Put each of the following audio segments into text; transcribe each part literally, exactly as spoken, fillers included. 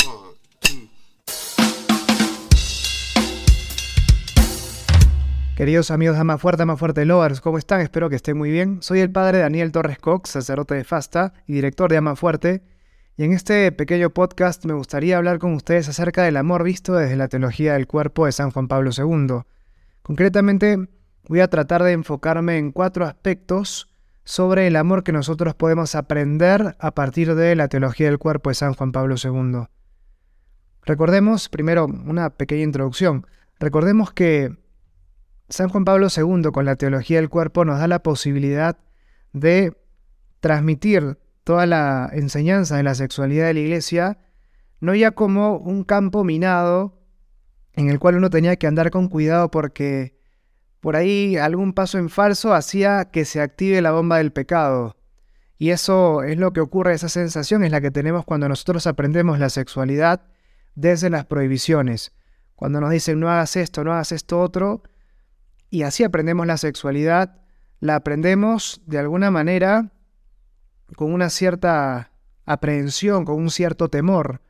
Queridos amigos de Ama Fuerte, Ama Fuerte Lovers, ¿cómo están? Espero que estén muy bien. Soy el padre Daniel Torres Cox, sacerdote de Fasta y director de Ama Fuerte. Y en este pequeño podcast me gustaría hablar con ustedes acerca del amor visto desde la teología del cuerpo de San Juan Pablo segundo. Concretamente, voy a tratar de enfocarme en cuatro aspectos sobre el amor que nosotros podemos aprender a partir de la teología del cuerpo de San Juan Pablo segundo. Recordemos, primero, una pequeña introducción. Recordemos que San Juan Pablo segundo, con la teología del cuerpo, nos da la posibilidad de transmitir toda la enseñanza de la sexualidad de la Iglesia, no ya como un campo minado en el cual uno tenía que andar con cuidado porque por ahí algún paso en falso hacía que se active la bomba del pecado. Y eso es lo que ocurre, esa sensación es la que tenemos cuando nosotros aprendemos la sexualidad desde las prohibiciones. Cuando nos dicen no hagas esto, no hagas esto otro, y así aprendemos la sexualidad, la aprendemos de alguna manera con una cierta aprehensión, con un cierto temor,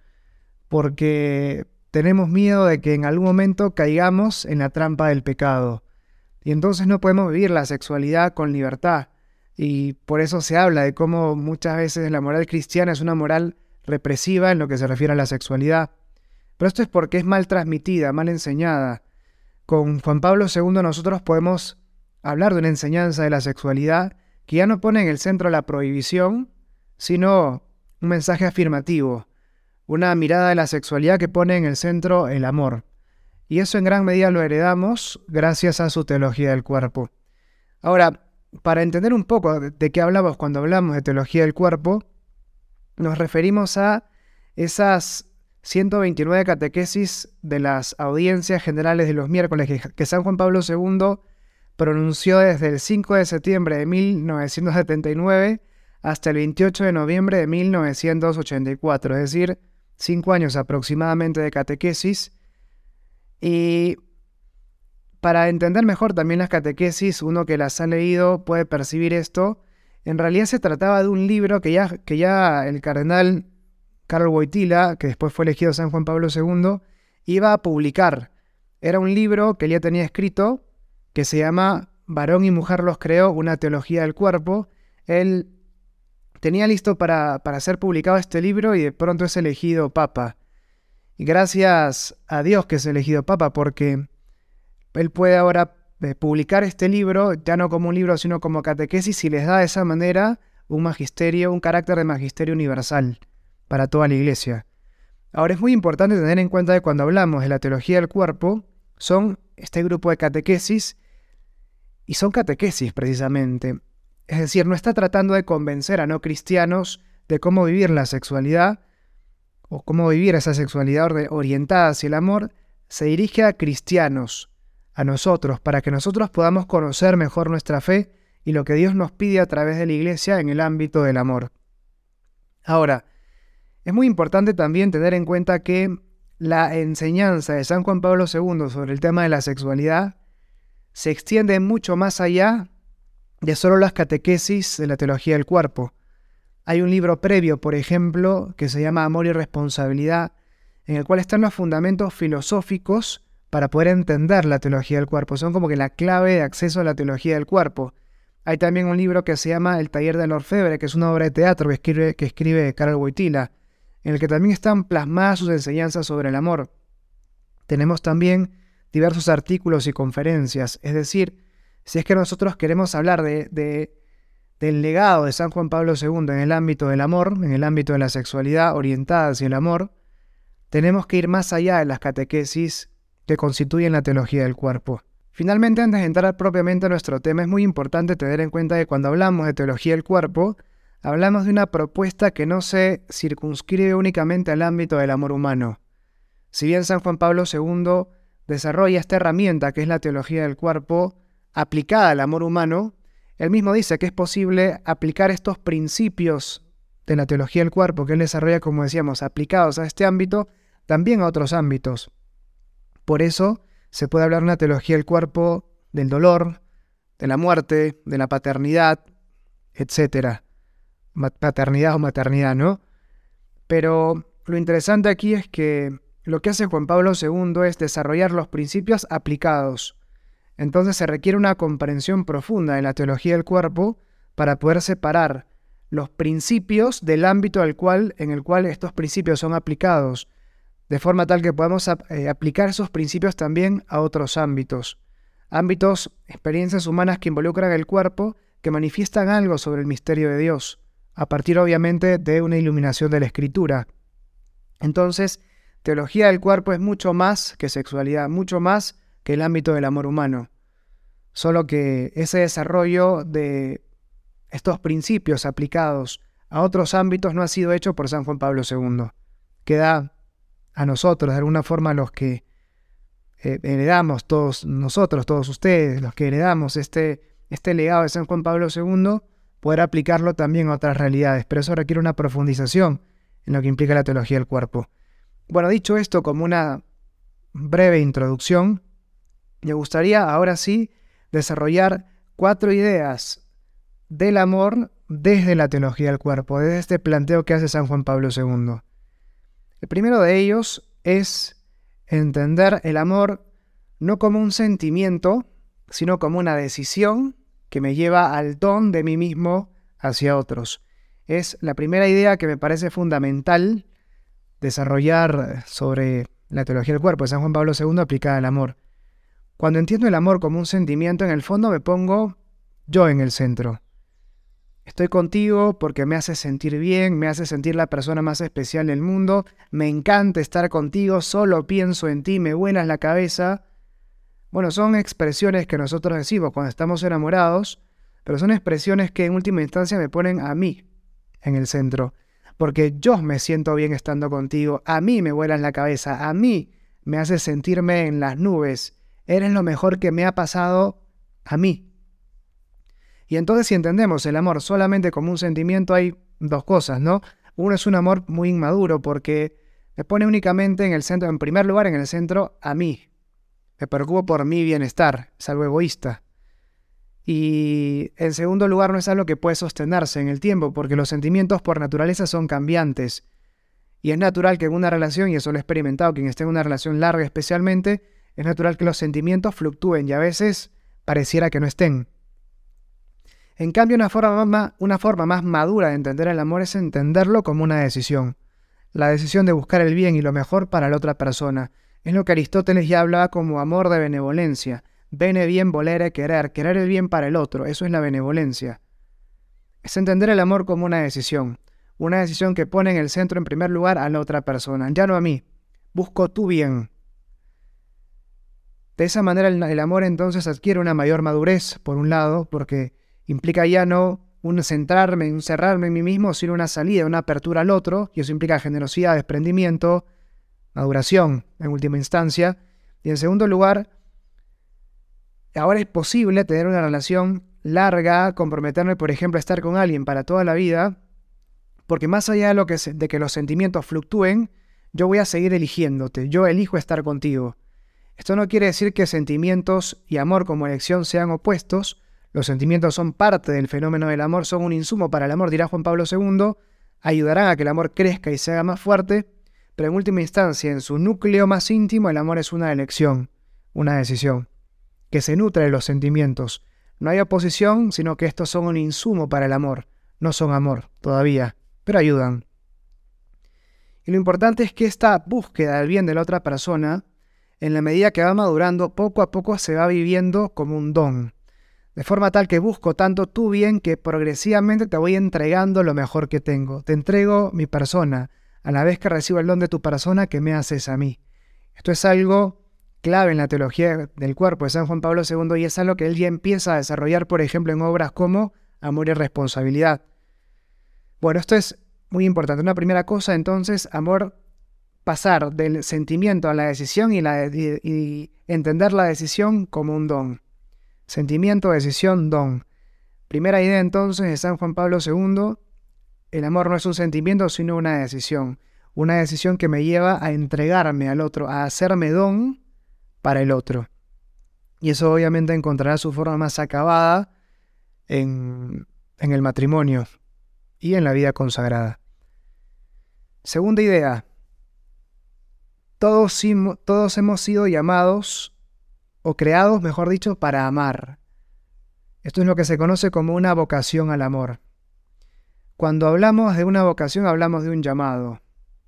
porque tenemos miedo de que en algún momento caigamos en la trampa del pecado. Y entonces no podemos vivir la sexualidad con libertad. Y por eso se habla de cómo muchas veces la moral cristiana es una moral represiva en lo que se refiere a la sexualidad. Pero esto es porque es mal transmitida, mal enseñada. Con Juan Pablo segundo nosotros podemos hablar de una enseñanza de la sexualidad que ya no pone en el centro la prohibición, sino un mensaje afirmativo, una mirada de la sexualidad que pone en el centro el amor. Y eso en gran medida lo heredamos gracias a su teología del cuerpo. Ahora, para entender un poco de qué hablamos cuando hablamos de teología del cuerpo, nos referimos a esas ciento veintinueve catequesis de las audiencias generales de los miércoles que, que San Juan Pablo segundo pronunció desde el cinco de septiembre de mil novecientos setenta y nueve hasta el veintiocho de noviembre de mil novecientos ochenta y cuatro, es decir, cinco años aproximadamente de catequesis. Y para entender mejor también las catequesis, uno que las ha leído puede percibir esto. En realidad se trataba de un libro que ya, que ya el cardenal Karol Wojtyla, que después fue elegido San Juan Pablo segundo, iba a publicar. Era un libro que él ya tenía escrito, que se llama Varón y Mujer los creó, una teología del cuerpo. Él tenía listo para, para ser publicado este libro y de pronto es elegido Papa. Y gracias a Dios que es elegido Papa, porque él puede ahora eh, publicar este libro, ya no como un libro, sino como catequesis, y les da de esa manera un magisterio, un carácter de magisterio universal para toda la Iglesia. Ahora es muy importante tener en cuenta que cuando hablamos de la teología del cuerpo, son este grupo de catequesis, y son catequesis precisamente. Es decir, no está tratando de convencer a no cristianos de cómo vivir la sexualidad, o cómo vivir esa sexualidad orientada hacia el amor, se dirige a cristianos, a nosotros, para que nosotros podamos conocer mejor nuestra fe y lo que Dios nos pide a través de la Iglesia en el ámbito del amor. Ahora, es muy importante también tener en cuenta que la enseñanza de San Juan Pablo segundo sobre el tema de la sexualidad se extiende mucho más allá de solo las catequesis de la teología del cuerpo. Hay un libro previo, por ejemplo, que se llama Amor y Responsabilidad, en el cual están los fundamentos filosóficos para poder entender la teología del cuerpo. Son como que la clave de acceso a la teología del cuerpo. Hay también un libro que se llama El taller del orfebre, que es una obra de teatro que escribe, que escribe Karol Wojtyla, en el que también están plasmadas sus enseñanzas sobre el amor. Tenemos también diversos artículos y conferencias, es decir, si es que nosotros queremos hablar de, de, del legado de San Juan Pablo segundo en el ámbito del amor, en el ámbito de la sexualidad orientada hacia el amor, tenemos que ir más allá de las catequesis que constituyen la teología del cuerpo. Finalmente, antes de entrar propiamente a nuestro tema, es muy importante tener en cuenta que cuando hablamos de teología del cuerpo, hablamos de una propuesta que no se circunscribe únicamente al ámbito del amor humano. Si bien San Juan Pablo segundo desarrolla esta herramienta que es la teología del cuerpo aplicada al amor humano, él mismo dice que es posible aplicar estos principios de la teología del cuerpo que él desarrolla, como decíamos, aplicados a este ámbito, también a otros ámbitos. Por eso se puede hablar de una teología del cuerpo del dolor, de la muerte, de la paternidad, etcétera. Paternidad o maternidad, ¿no? Pero Lo interesante aquí es que lo que hace Juan Pablo segundo es desarrollar los principios aplicados. Entonces se requiere una comprensión profunda de la teología del cuerpo para poder separar los principios del ámbito al cual, en el cual estos principios son aplicados, de forma tal que podamos ap- eh, aplicar esos principios también a otros ámbitos. Ámbitos, experiencias humanas que involucran el cuerpo, que manifiestan algo sobre el misterio de Dios, a partir obviamente de una iluminación de la Escritura. Entonces, teología del cuerpo es mucho más que sexualidad, mucho más que el ámbito del amor humano. Solo que ese desarrollo de estos principios aplicados a otros ámbitos no ha sido hecho por San Juan Pablo segundo. Queda a nosotros, de alguna forma, los que eh, heredamos, todos nosotros, todos ustedes, los que heredamos este, este legado de San Juan Pablo segundo, poder aplicarlo también a otras realidades. Pero eso requiere una profundización en lo que implica la teología del cuerpo. Bueno, dicho esto como una breve introducción, me gustaría ahora sí desarrollar cuatro ideas del amor desde la teología del cuerpo, desde este planteo que hace San Juan Pablo segundo. El primero de ellos es entender el amor no como un sentimiento, sino como una decisión que me lleva al don de mí mismo hacia otros. Es la primera idea que me parece fundamental desarrollar sobre la teología del cuerpo de San Juan Pablo segundo aplicada al amor. Cuando entiendo el amor como un sentimiento, en el fondo me pongo yo en el centro. Estoy contigo porque me hace sentir bien, me hace sentir la persona más especial del mundo, me encanta estar contigo, solo pienso en ti, me vuelas la cabeza. Bueno, son expresiones que nosotros decimos cuando estamos enamorados, pero son expresiones que en última instancia me ponen a mí en el centro, porque yo me siento bien estando contigo, a mí me vuelas la cabeza, a mí me hace sentirme en las nubes, eres lo mejor que me ha pasado a mí. Y entonces si entendemos el amor solamente como un sentimiento, hay dos cosas, ¿no? Uno es un amor muy inmaduro porque me pone únicamente en el centro, en primer lugar en el centro, a mí. Me preocupo por mi bienestar, es algo egoísta. Y en segundo lugar no es algo que puede sostenerse en el tiempo porque los sentimientos por naturaleza son cambiantes. Y es natural que en una relación, y eso lo he experimentado, quien esté en una relación larga especialmente, es natural que los sentimientos fluctúen y a veces pareciera que no estén. En cambio, una forma, más, una forma más madura de entender el amor es entenderlo como una decisión. La decisión de buscar el bien y lo mejor para la otra persona. Es lo que Aristóteles ya hablaba como amor de benevolencia. Bene bien volere querer, querer el bien para el otro. Eso es la benevolencia. Es entender el amor como una decisión. Una decisión que pone en el centro en primer lugar a la otra persona, ya no a mí. Busco tu bien. De esa manera el, el amor entonces adquiere una mayor madurez, por un lado, porque implica ya no un centrarme, encerrarme en mí mismo, sino una salida, una apertura al otro, y eso implica generosidad, desprendimiento, maduración, en última instancia. Y en segundo lugar, ahora es posible tener una relación larga, comprometerme, por ejemplo, a estar con alguien para toda la vida, porque más allá de, lo que se, de que los sentimientos fluctúen, yo voy a seguir eligiéndote, yo elijo estar contigo. Esto no quiere decir que sentimientos y amor como elección sean opuestos. Los sentimientos son parte del fenómeno del amor, son un insumo para el amor, dirá Juan Pablo segundo, ayudarán a que el amor crezca y se haga más fuerte, pero en última instancia, en su núcleo más íntimo, el amor es una elección, una decisión, que se nutre de los sentimientos. No hay oposición, sino que estos son un insumo para el amor. No son amor, todavía, pero ayudan. Y lo importante es que esta búsqueda del bien de la otra persona, en la medida que va madurando, poco a poco se va viviendo como un don. De forma tal que busco tanto tu bien que progresivamente te voy entregando lo mejor que tengo. Te entrego mi persona, a la vez que recibo el don de tu persona que me haces a mí. Esto es algo clave en la teología del cuerpo de San Juan Pablo segundo y es algo que él ya empieza a desarrollar, por ejemplo, en obras como Amor y Responsabilidad. Bueno, esto es muy importante. Una primera cosa, entonces, amor, pasar del sentimiento a la decisión y, la, y, y entender la decisión como un don. Sentimiento, decisión, don. Primera idea entonces de San Juan Pablo segundo, el amor no es un sentimiento sino una decisión. Una decisión que me lleva a entregarme al otro, a hacerme don para el otro. Y eso obviamente encontrará su forma más acabada en, en el matrimonio y en la vida consagrada. Segunda idea, Todos, todos hemos sido llamados, o creados, mejor dicho, para amar. Esto es lo que se conoce como una vocación al amor. Cuando hablamos de una vocación, hablamos de un llamado.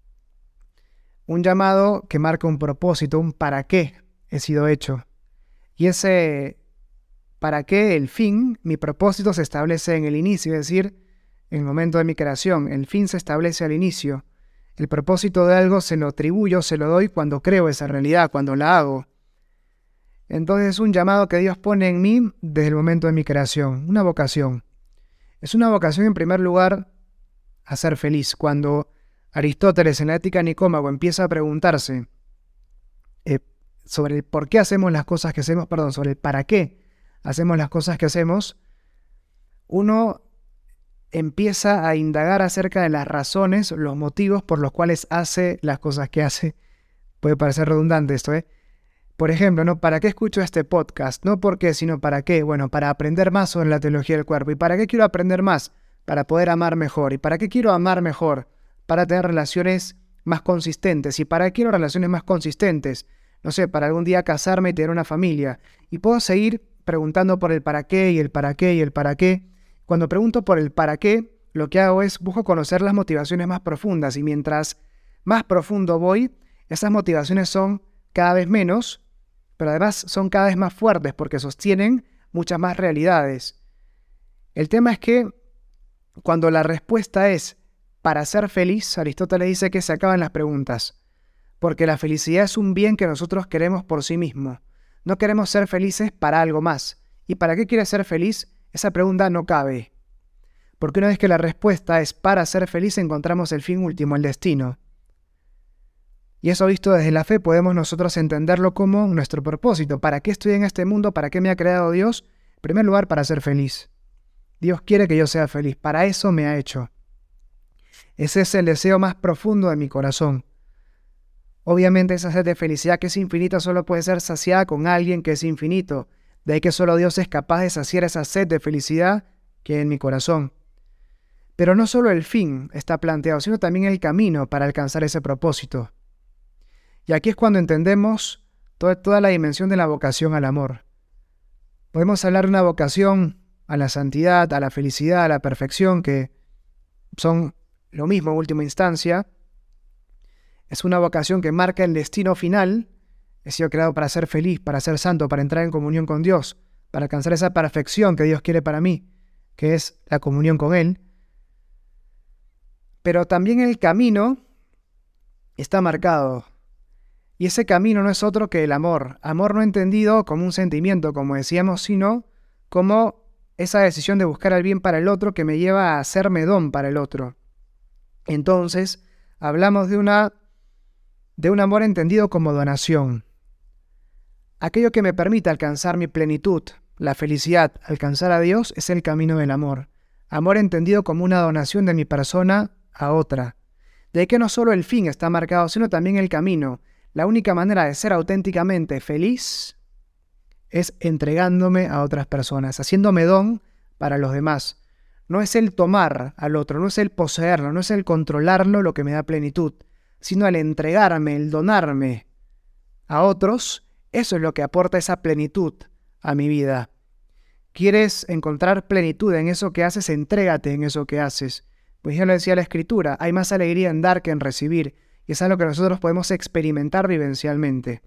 Un llamado que marca un propósito, un para qué he sido hecho. Y ese para qué, el fin, mi propósito se establece en el inicio, es decir, en el momento de mi creación. El fin se establece al inicio. El propósito de algo se lo atribuyo, se lo doy cuando creo esa realidad, cuando la hago. Entonces es un llamado que Dios pone en mí desde el momento de mi creación, una vocación. Es una vocación en primer lugar a ser feliz. Cuando Aristóteles en la Ética Nicómaco empieza a preguntarse eh, sobre el por qué hacemos las cosas que hacemos, perdón, sobre el para qué hacemos las cosas que hacemos, uno empieza a indagar acerca de las razones, los motivos por los cuales hace las cosas que hace. Puede parecer redundante esto, ¿eh? Por ejemplo, ¿no? ¿Para qué escucho este podcast? No por qué, sino para qué. Bueno, para aprender más sobre la teología del cuerpo. ¿Y para qué quiero aprender más? Para poder amar mejor. ¿Y para qué quiero amar mejor? Para tener relaciones más consistentes. ¿Y para qué quiero relaciones más consistentes? No sé, para algún día casarme y tener una familia. Y puedo seguir preguntando por el para qué y el para qué y el para qué. Cuando pregunto por el para qué, lo que hago es busco conocer las motivaciones más profundas. Y mientras más profundo voy, esas motivaciones son cada vez menos, pero además son cada vez más fuertes porque sostienen muchas más realidades. El tema es que cuando la respuesta es para ser feliz, Aristóteles dice que se acaban las preguntas, porque la felicidad es un bien que nosotros queremos por sí mismo. No queremos ser felices para algo más. ¿Y para qué quieres ser feliz? Esa pregunta no cabe. Porque una vez que la respuesta es para ser feliz, encontramos el fin último, el destino. Y eso visto desde la fe podemos nosotros entenderlo como nuestro propósito. ¿Para qué estoy en este mundo? ¿Para qué me ha creado Dios? En primer lugar, para ser feliz. Dios quiere que yo sea feliz. Para eso me ha hecho. Ese es el deseo más profundo de mi corazón. Obviamente esa sed de felicidad que es infinita solo puede ser saciada con alguien que es infinito. De ahí que solo Dios es capaz de saciar esa sed de felicidad que hay en mi corazón. Pero no solo el fin está planteado, sino también el camino para alcanzar ese propósito. Y aquí es cuando entendemos toda, toda la dimensión de la vocación al amor. Podemos hablar de una vocación a la santidad, a la felicidad, a la perfección, que son lo mismo en última instancia. Es una vocación que marca el destino final. He sido creado para ser feliz, para ser santo, para entrar en comunión con Dios, para alcanzar esa perfección que Dios quiere para mí, que es la comunión con Él. Pero también el camino está marcado. Y ese camino no es otro que el amor. Amor no entendido como un sentimiento, como decíamos, sino como esa decisión de buscar el bien para el otro que me lleva a hacerme don para el otro. Entonces, hablamos de, una, de un amor entendido como donación. Aquello que me permite alcanzar mi plenitud, la felicidad, alcanzar a Dios, es el camino del amor. Amor entendido como una donación de mi persona a otra. De que no solo el fin está marcado, sino también el camino. La única manera de ser auténticamente feliz es entregándome a otras personas, haciéndome don para los demás. No es el tomar al otro, no es el poseerlo, no es el controlarlo lo que me da plenitud, sino el entregarme, el donarme a otros. Eso es lo que aporta esa plenitud a mi vida. ¿Quieres encontrar plenitud en eso que haces? Entrégate en eso que haces. Pues ya lo decía la Escritura, hay más alegría en dar que en recibir. Y es algo que nosotros podemos experimentar vivencialmente.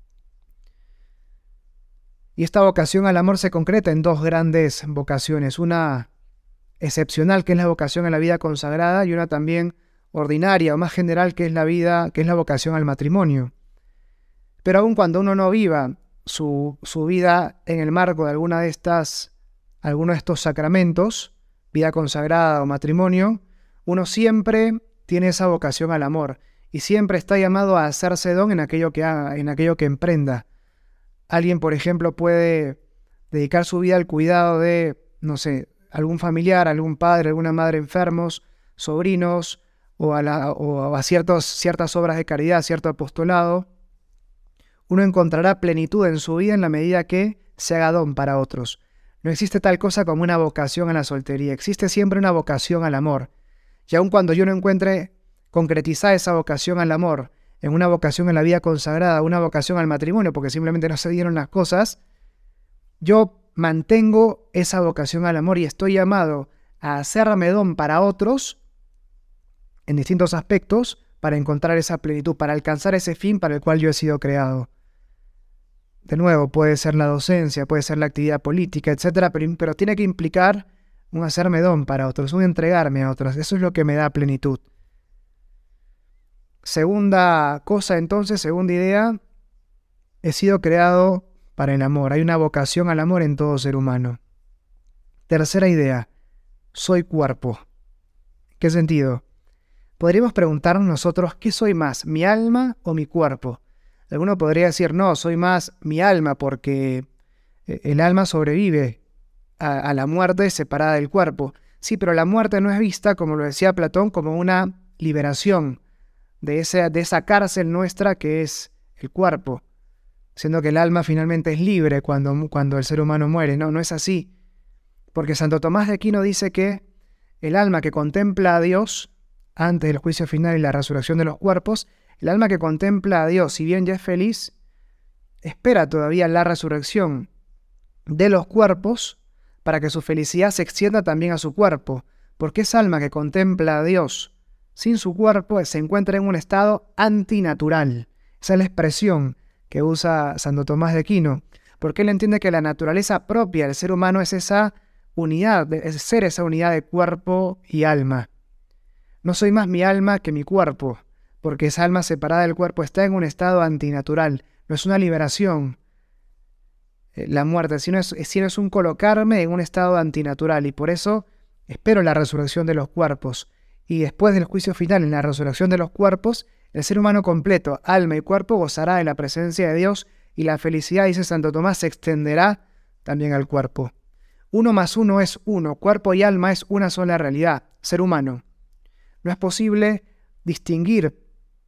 Y esta vocación al amor se concreta en dos grandes vocaciones. Una excepcional, que es la vocación a la vida consagrada, y una también ordinaria o más general, que es la vida, que es la vocación al matrimonio. Pero aun cuando uno no viva su, su vida en el marco de alguna de estas, alguno de estos sacramentos, vida consagrada o matrimonio, uno siempre tiene esa vocación al amor. Y siempre está llamado a hacerse don en aquello que haga, en aquello que emprenda. Alguien, por ejemplo, puede dedicar su vida al cuidado de, no sé, algún familiar, algún padre, alguna madre enfermos, sobrinos, o a, la, o a ciertos, ciertas obras de caridad, cierto apostolado. Uno encontrará plenitud en su vida en la medida que se haga don para otros. No existe tal cosa como una vocación a la soltería. Existe siempre una vocación al amor. Y aun cuando yo no encuentre concretizar esa vocación al amor en una vocación en la vida consagrada, una vocación al matrimonio, porque simplemente no se dieron las cosas, yo mantengo esa vocación al amor y estoy llamado a hacerme don para otros en distintos aspectos para encontrar esa plenitud, para alcanzar ese fin para el cual yo he sido creado. De nuevo, puede ser la docencia, puede ser la actividad política, etcétera, pero, pero tiene que implicar un hacerme don para otros, un entregarme a otros. Eso es lo que me da plenitud. Segunda cosa, entonces, segunda idea, he sido creado para el amor. Hay una vocación al amor en todo ser humano. Tercera idea, soy cuerpo. ¿Qué sentido? Podríamos preguntarnos nosotros, ¿qué soy más, mi alma o mi cuerpo? Alguno podría decir, no, soy más mi alma porque el alma sobrevive a, a la muerte separada del cuerpo. Sí, pero la muerte no es vista, como lo decía Platón, como una liberación de esa, de esa cárcel nuestra que es el cuerpo, siendo que el alma finalmente es libre cuando, cuando el ser humano muere. No, no es así, porque Santo Tomás de Aquino dice que el alma que contempla a Dios antes del juicio final y la resurrección de los cuerpos, el alma que contempla a Dios, si bien ya es feliz, espera todavía la resurrección de los cuerpos para que su felicidad se extienda también a su cuerpo, porque esa alma que contempla a Dios sin su cuerpo se encuentra en un estado antinatural. Esa es la expresión que usa Santo Tomás de Aquino, porque él entiende que la naturaleza propia del ser humano es esa unidad, es ser esa unidad de cuerpo y alma. No soy más mi alma que mi cuerpo, porque esa alma separada del cuerpo está en un estado antinatural. No es una liberación, eh, la muerte, sino es, sino es un colocarme en un estado antinatural. Y por eso espero la resurrección de los cuerpos. Y después del juicio final, en la resurrección de los cuerpos, el ser humano completo, alma y cuerpo, gozará de la presencia de Dios y la felicidad, dice Santo Tomás, se extenderá también al cuerpo. Uno más uno es uno, cuerpo y alma es una sola realidad, ser humano. No es posible distinguir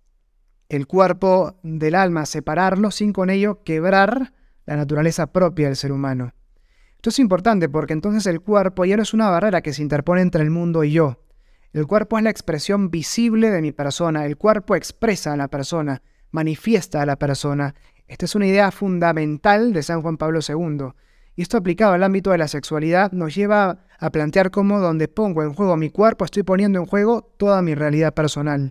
el cuerpo del alma, separarlo sin con ello quebrar la naturaleza propia del ser humano. Esto es importante porque entonces el cuerpo ya no es una barrera que se interpone entre el mundo y yo. El cuerpo es la expresión visible de mi persona. El cuerpo expresa a la persona, manifiesta a la persona. Esta es una idea fundamental de San Juan Pablo segundo. Y esto aplicado al ámbito de la sexualidad nos lleva a plantear cómo donde pongo en juego mi cuerpo estoy poniendo en juego toda mi realidad personal.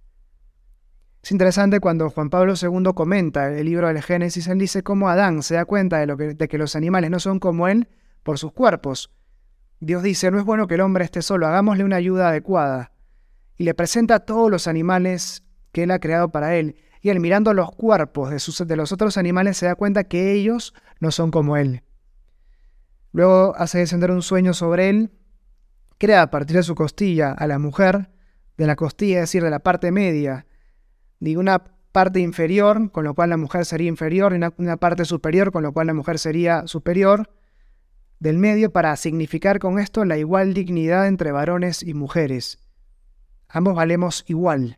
Es interesante cuando Juan Pablo segundo comenta el libro del Génesis, él dice cómo Adán se da cuenta de, lo que, de que los animales no son como él por sus cuerpos. Dios dice, no es bueno que el hombre esté solo, hagámosle una ayuda adecuada. Y le presenta a todos los animales que él ha creado para él. Y él mirando los cuerpos de, sus, de los otros animales se da cuenta que ellos no son como él. Luego hace descender un sueño sobre él, crea a partir de su costilla a la mujer, de la costilla, es decir, de la parte media, de una parte inferior, con lo cual la mujer sería inferior, y una, una parte superior, con lo cual la mujer sería superior, del medio para significar con esto la igual dignidad entre varones y mujeres. Ambos valemos igual.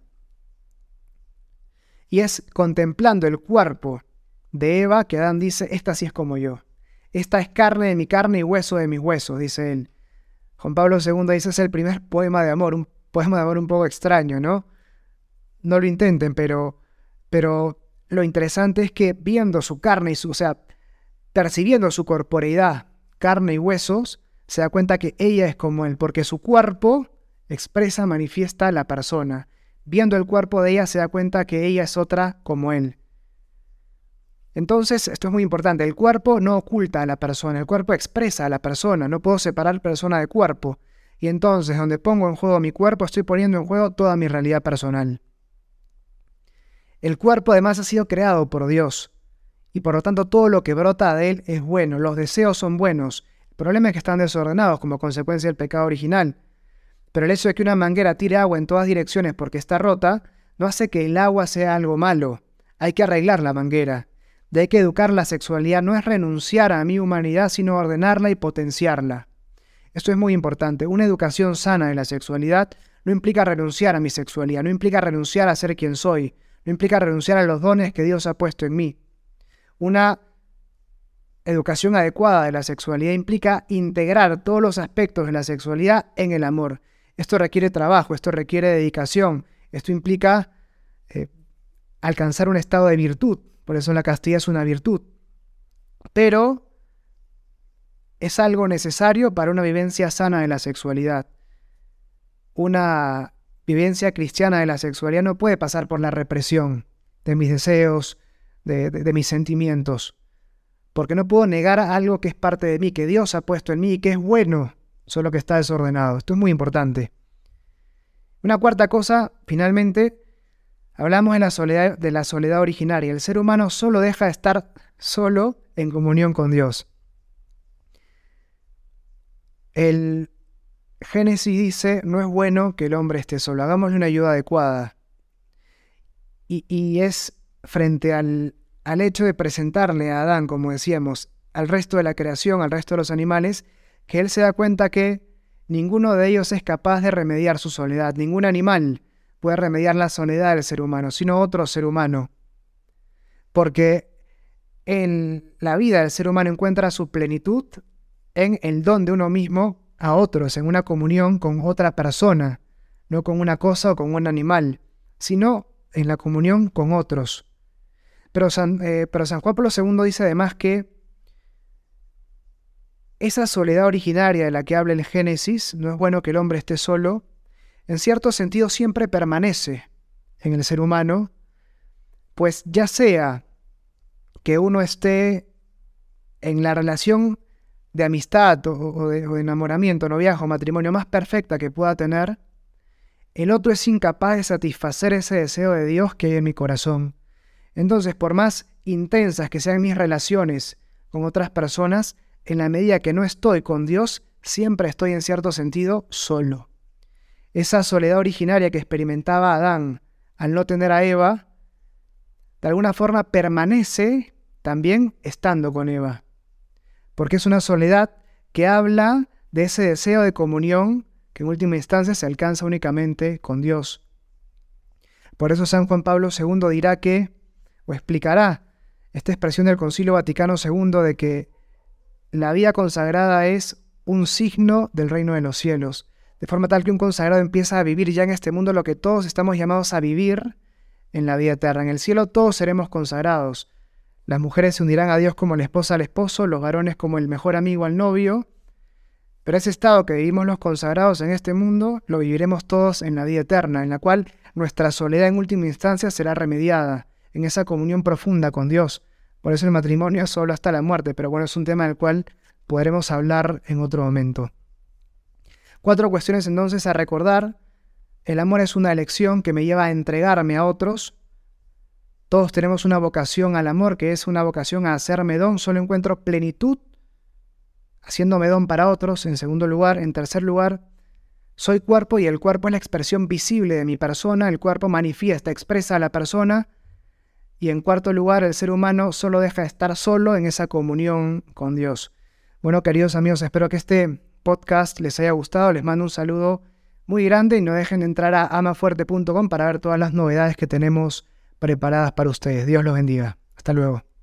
Y es contemplando el cuerpo de Eva que Adán dice, esta sí es como yo. Esta es carne de mi carne y hueso de mis huesos, dice él. Juan Pablo segundo dice, es el primer poema de amor, un poema de amor un poco extraño, ¿no? No lo intenten, pero, pero lo interesante es que viendo su carne y su, o sea, percibiendo su corporeidad, carne y huesos, se da cuenta que ella es como él, porque su cuerpo expresa, manifiesta a la persona. Viendo el cuerpo de ella se da cuenta que ella es otra como él. Entonces, esto es muy importante, el cuerpo no oculta a la persona, el cuerpo expresa a la persona, no puedo separar persona de cuerpo. Y entonces, donde pongo en juego mi cuerpo, estoy poniendo en juego toda mi realidad personal. El cuerpo además ha sido creado por Dios, y por lo tanto todo lo que brota de él es bueno, los deseos son buenos. El problema es que están desordenados como consecuencia del pecado original. Pero el hecho de que una manguera tire agua en todas direcciones porque está rota, no hace que el agua sea algo malo. Hay que arreglar la manguera. De ahí que educar la sexualidad no es renunciar a mi humanidad, sino ordenarla y potenciarla. Esto es muy importante. Una educación sana de la sexualidad no implica renunciar a mi sexualidad, no implica renunciar a ser quien soy, no implica renunciar a los dones que Dios ha puesto en mí. Una educación adecuada de la sexualidad implica integrar todos los aspectos de la sexualidad en el amor. Esto requiere trabajo, esto requiere dedicación, esto implica eh, alcanzar un estado de virtud. Por eso la castidad es una virtud. Pero es algo necesario para una vivencia sana de la sexualidad. Una vivencia cristiana de la sexualidad no puede pasar por la represión de mis deseos, de, de, de mis sentimientos. Porque no puedo negar algo que es parte de mí, que Dios ha puesto en mí y que es bueno, solo que está desordenado. Esto es muy importante. Una cuarta cosa, finalmente, hablamos de la soledad, de la soledad originaria. El ser humano solo deja de estar solo en comunión con Dios. El Génesis dice, no es bueno que el hombre esté solo, hagámosle una ayuda adecuada. Y, y es frente al, al hecho de presentarle a Adán, como decíamos, al resto de la creación, al resto de los animales, que él se da cuenta que ninguno de ellos es capaz de remediar su soledad. Ningún animal puede remediar la soledad del ser humano, sino otro ser humano. Porque en la vida del ser humano encuentra su plenitud en el don de uno mismo a otros, en una comunión con otra persona, no con una cosa o con un animal, sino en la comunión con otros. Pero San, eh, pero San Juan Pablo segundo dice además que esa soledad originaria de la que habla el Génesis, no es bueno que el hombre esté solo, en cierto sentido siempre permanece en el ser humano, pues ya sea que uno esté en la relación de amistad o, o, de, o de enamoramiento, noviazgo, matrimonio más perfecta que pueda tener, el otro es incapaz de satisfacer ese deseo de Dios que hay en mi corazón. Entonces, por más intensas que sean mis relaciones con otras personas, en la medida que no estoy con Dios, siempre estoy en cierto sentido solo. Esa soledad originaria que experimentaba Adán al no tener a Eva, de alguna forma permanece también estando con Eva. Porque es una soledad que habla de ese deseo de comunión que en última instancia se alcanza únicamente con Dios. Por eso San Juan Pablo segundo dirá que, o explicará esta expresión del Concilio Vaticano segundo de que la vida consagrada es un signo del reino de los cielos, de forma tal que un consagrado empieza a vivir ya en este mundo lo que todos estamos llamados a vivir en la vida eterna. En el cielo todos seremos consagrados. Las mujeres se unirán a Dios como la esposa al esposo, los varones como el mejor amigo al novio, pero ese estado que vivimos los consagrados en este mundo lo viviremos todos en la vida eterna, en la cual nuestra soledad en última instancia será remediada, en esa comunión profunda con Dios. Por eso el matrimonio es solo hasta la muerte, pero bueno, es un tema del cual podremos hablar en otro momento. Cuatro cuestiones entonces a recordar. El amor es una elección que me lleva a entregarme a otros. Todos tenemos una vocación al amor, que es una vocación a hacerme don. Solo encuentro plenitud haciéndome don para otros. En segundo lugar, en tercer lugar, soy cuerpo y el cuerpo es la expresión visible de mi persona. El cuerpo manifiesta, expresa a la persona. Y en cuarto lugar, el ser humano solo deja de estar solo en esa comunión con Dios. Bueno, queridos amigos, espero que este podcast les haya gustado. Les mando un saludo muy grande y no dejen de entrar a amafuerte punto com para ver todas las novedades que tenemos preparadas para ustedes. Dios los bendiga. Hasta luego.